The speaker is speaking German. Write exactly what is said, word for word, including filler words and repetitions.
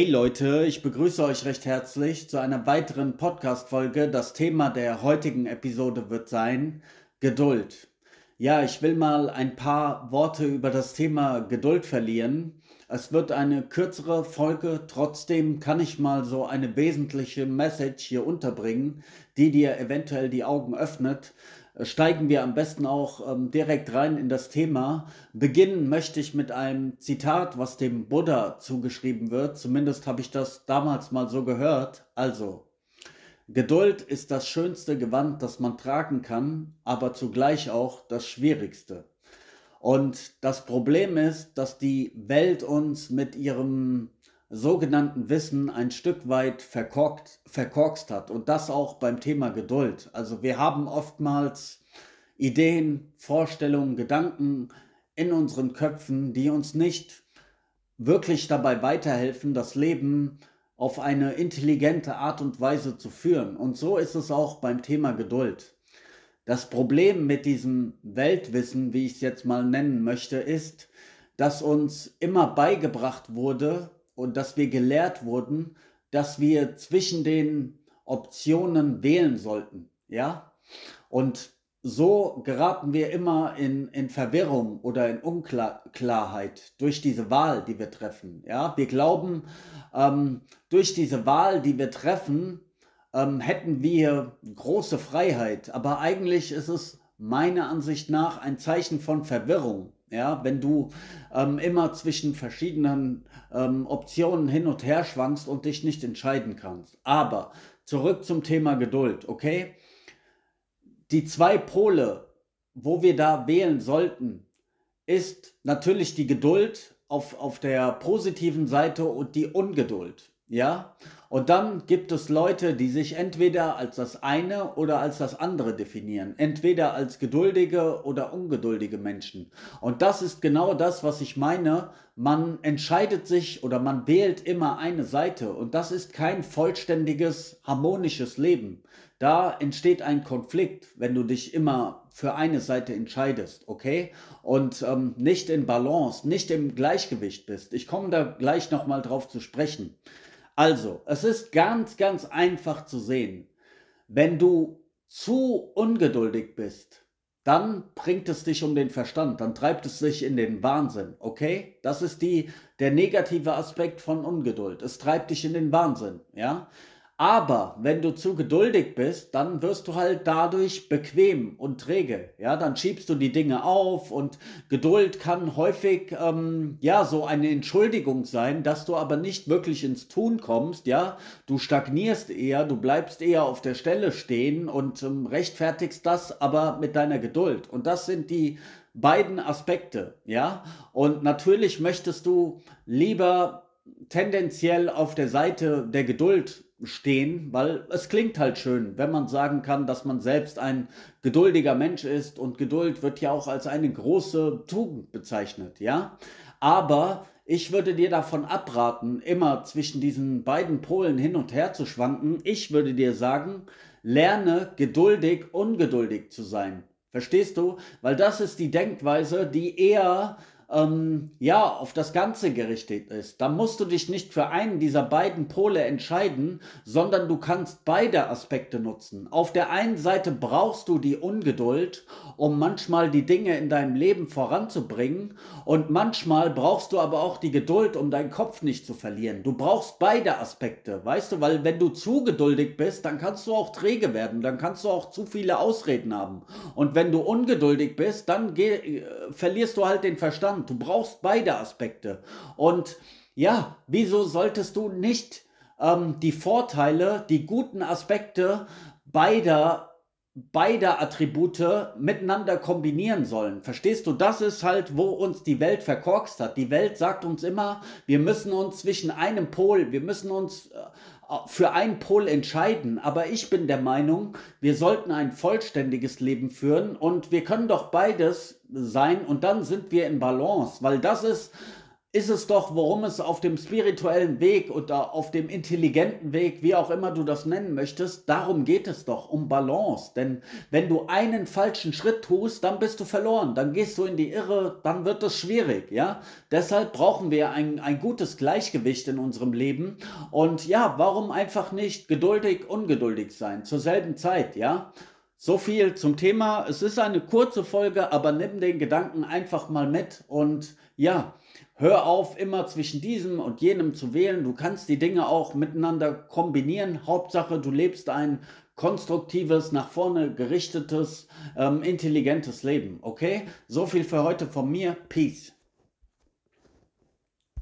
Hey Leute, ich begrüße euch recht herzlich zu einer weiteren Podcast-Folge. Das Thema der heutigen Episode wird sein Geduld. Ja, ich will mal ein paar Worte über das Thema Geduld verlieren. Es wird eine kürzere Folge, trotzdem kann ich mal so eine wesentliche Message hier unterbringen, die dir eventuell die Augen öffnet. Äh, Steigen wir am besten auch ähm, direkt rein in das Thema. Beginnen möchte ich mit einem Zitat, was dem Buddha zugeschrieben wird. Zumindest habe ich das damals mal so gehört. Also, Geduld ist das schönste Gewand, das man tragen kann, aber zugleich auch das schwierigste. Und das Problem ist, dass die Welt uns mit ihrem sogenannten Wissen ein Stück weit verkorkt, verkorkst hat. Und das auch beim Thema Geduld. Also wir haben oftmals Ideen, Vorstellungen, Gedanken in unseren Köpfen, die uns nicht wirklich dabei weiterhelfen, das Leben auf eine intelligente Art und Weise zu führen. Und so ist es auch beim Thema Geduld. Das Problem mit diesem Weltwissen, wie ich es jetzt mal nennen möchte, ist, dass uns immer beigebracht wurde und dass wir gelehrt wurden, dass wir zwischen den Optionen wählen sollten. Ja? Und so geraten wir immer in, in Verwirrung oder in Unklarheit durch diese Wahl, die wir treffen. Ja? Wir glauben, ähm, durch diese Wahl, die wir treffen, ähm, hätten wir große Freiheit. Aber eigentlich ist es meiner Ansicht nach ein Zeichen von Verwirrung. Ja, wenn du ähm, immer zwischen verschiedenen ähm, Optionen hin und her schwankst und dich nicht entscheiden kannst. Aber zurück zum Thema Geduld, okay? Die zwei Pole, wo wir da wählen sollten, ist natürlich die Geduld auf, auf der positiven Seite und die Ungeduld. Ja? Und dann gibt es Leute, die sich entweder als das eine oder als das andere definieren. Entweder als geduldige oder ungeduldige Menschen. Und das ist genau das, was ich meine. Man entscheidet sich oder man wählt immer eine Seite. Und das ist kein vollständiges, harmonisches Leben. Da entsteht ein Konflikt, wenn du dich immer für eine Seite entscheidest, okay? Und ähm, nicht in Balance, nicht im Gleichgewicht bist. Ich komme da gleich nochmal drauf zu sprechen. Also, es ist ganz, ganz einfach zu sehen. Wenn du zu ungeduldig bist, dann bringt es dich um den Verstand, dann treibt es dich in den Wahnsinn, okay? Das ist die, der negative Aspekt von Ungeduld. Es treibt dich in den Wahnsinn, ja? Aber wenn du zu geduldig bist, dann wirst du halt dadurch bequem und träge. Ja, dann schiebst du die Dinge auf und Geduld kann häufig ähm, ja so eine Entschuldigung sein, dass du aber nicht wirklich ins Tun kommst. Ja, du stagnierst eher, du bleibst eher auf der Stelle stehen und ähm, rechtfertigst das aber mit deiner Geduld. Und das sind die beiden Aspekte. Ja, und natürlich möchtest du lieber tendenziell auf der Seite der Geduld stehen, weil es klingt halt schön, wenn man sagen kann, dass man selbst ein geduldiger Mensch ist und Geduld wird ja auch als eine große Tugend bezeichnet, ja? Aber ich würde dir davon abraten, immer zwischen diesen beiden Polen hin und her zu schwanken. Ich würde dir sagen, lerne geduldig, ungeduldig zu sein. Verstehst du? Weil das ist die Denkweise, die eher ähm, ja, auf das Ganze gerichtet ist. Da musst du dich nicht für einen dieser beiden Pole entscheiden, sondern du kannst beide Aspekte nutzen. Auf der einen Seite brauchst du die Ungeduld, um manchmal die Dinge in deinem Leben voranzubringen, und manchmal brauchst du aber auch die Geduld, um deinen Kopf nicht zu verlieren. Du brauchst beide Aspekte, weißt du, weil wenn du zu geduldig bist, dann kannst du auch träge werden, dann kannst du auch zu viele Ausreden haben. Und wenn du ungeduldig bist, dann geh, äh, verlierst du halt den Verstand. Du brauchst beide Aspekte. Und ja, wieso solltest du nicht ähm, die Vorteile, die guten Aspekte beider beide Attribute miteinander kombinieren sollen? Verstehst du? Das ist halt, wo uns die Welt verkorkst hat. Die Welt sagt uns immer, wir müssen uns zwischen einem Pol, wir müssen uns äh, für einen Pol entscheiden. Aber ich bin der Meinung, wir sollten ein vollständiges Leben führen und wir können doch beides sein und dann sind wir in Balance, weil das ist ist es doch, worum es auf dem spirituellen Weg oder auf dem intelligenten Weg, wie auch immer du das nennen möchtest, darum geht es doch, um Balance. Denn wenn du einen falschen Schritt tust, dann bist du verloren, dann gehst du in die Irre, dann wird es schwierig, ja. Deshalb brauchen wir ein, ein gutes Gleichgewicht in unserem Leben. Und ja, warum einfach nicht geduldig, ungeduldig sein zur selben Zeit, ja? So viel zum Thema. Es ist eine kurze Folge, aber nimm den Gedanken einfach mal mit und ja, hör auf, immer zwischen diesem und jenem zu wählen. Du kannst die Dinge auch miteinander kombinieren. Hauptsache, du lebst ein konstruktives, nach vorne gerichtetes, ähm, intelligentes Leben. Okay? So viel für heute von mir. Peace.